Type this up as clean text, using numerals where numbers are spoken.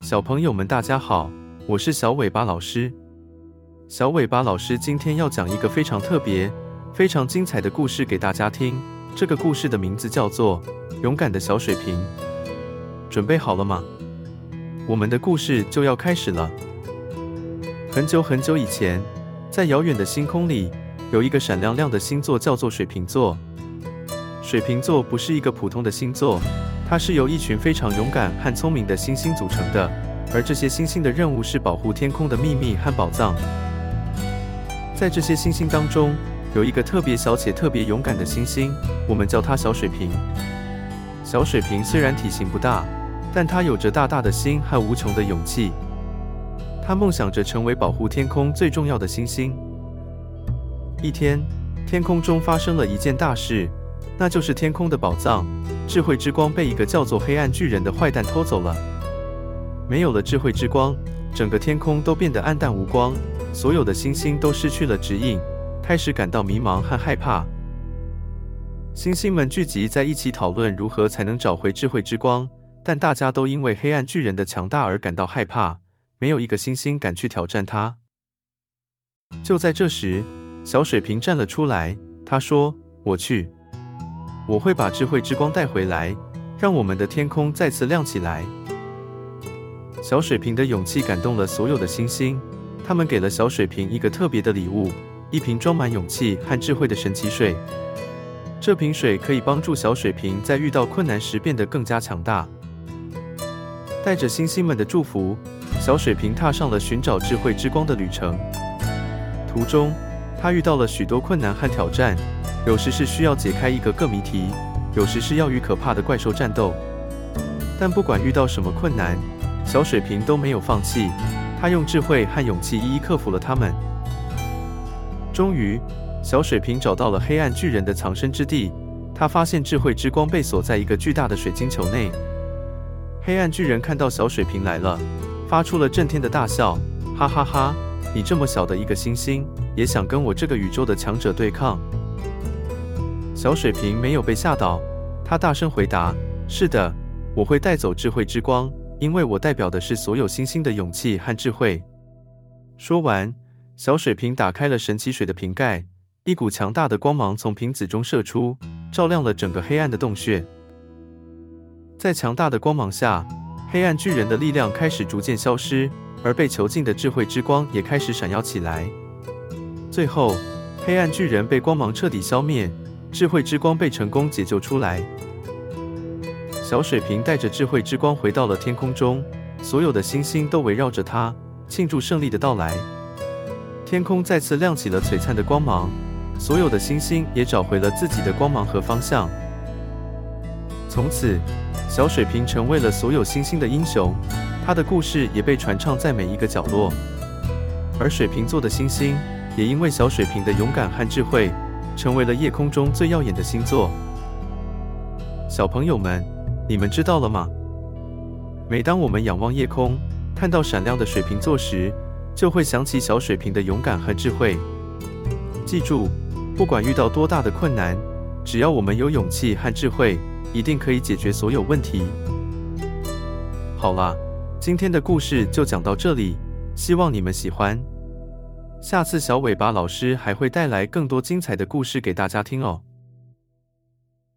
小朋友们大家好，我是小尾巴老师。小尾巴老师今天要讲一个非常特别、非常精彩的故事给大家听。这个故事的名字叫做《勇敢的小水瓶》。准备好了吗？我们的故事就要开始了。很久很久以前，在遥远的星空里，有一个闪亮亮的星座，叫做水瓶座。水瓶座不是一个普通的星座，它是由一群非常勇敢和聪明的星星组成的，而这些星星的任务是保护天空的秘密和宝藏。在这些星星当中，有一个特别小且特别勇敢的星星，我们叫它小水瓶。小水瓶虽然体型不大，但它有着大大的心和无穷的勇气。它梦想着成为保护天空最重要的星星。一天，天空中发生了一件大事，那就是天空的宝藏——智慧之光被一个叫做黑暗巨人的坏蛋偷走了。没有了智慧之光，整个天空都变得暗淡无光，所有的星星都失去了指引，开始感到迷茫和害怕。星星们聚集在一起讨论如何才能找回智慧之光，但大家都因为黑暗巨人的强大而感到害怕，没有一个星星敢去挑战他。就在这时，小水瓶站了出来，他说：“我去，我会把智慧之光带回来，让我们的天空再次亮起来。”小水瓶的勇气感动了所有的星星，他们给了小水瓶一个特别的礼物，一瓶装满勇气和智慧的神奇水。这瓶水可以帮助小水瓶在遇到困难时变得更加强大。带着星星们的祝福，小水瓶踏上了寻找智慧之光的旅程。途中，他遇到了许多困难和挑战，有时是需要解开一个谜题，有时是要与可怕的怪兽战斗。但不管遇到什么困难，小水瓶都没有放弃，他用智慧和勇气一一克服了它们。终于，小水瓶找到了黑暗巨人的藏身之地，他发现智慧之光被锁在一个巨大的水晶球内。黑暗巨人看到小水瓶来了，发出了震天的大笑，哈哈哈！你这么小的一个星星，也想跟我这个宇宙的强者对抗？小水瓶没有被吓倒，他大声回答：“是的，我会带走智慧之光，因为我代表的是所有星星的勇气和智慧。”说完，小水瓶打开了神奇水的瓶盖，一股强大的光芒从瓶子中射出，照亮了整个黑暗的洞穴。在强大的光芒下，黑暗巨人的力量开始逐渐消失，而被囚禁的智慧之光也开始闪耀起来。最后，黑暗巨人被光芒彻底消灭，智慧之光被成功解救出来。小水瓶带着智慧之光回到了天空中，所有的星星都围绕着他，庆祝胜利的到来。天空再次亮起了璀璨的光芒，所有的星星也找回了自己的光芒和方向。从此，小水瓶成为了所有星星的英雄，他的故事也被传唱在每一个角落。而水瓶座的星星也因为小水瓶的勇敢和智慧，成为了夜空中最耀眼的星座。小朋友们，你们知道了吗？每当我们仰望夜空，看到闪亮的水瓶座时，就会想起小水瓶的勇敢和智慧。记住，不管遇到多大的困难，只要我们有勇气和智慧，一定可以解决所有问题。好啦，今天的故事就讲到这里，希望你们喜欢。下次小尾巴老师还会带来更多精彩的故事给大家听哦。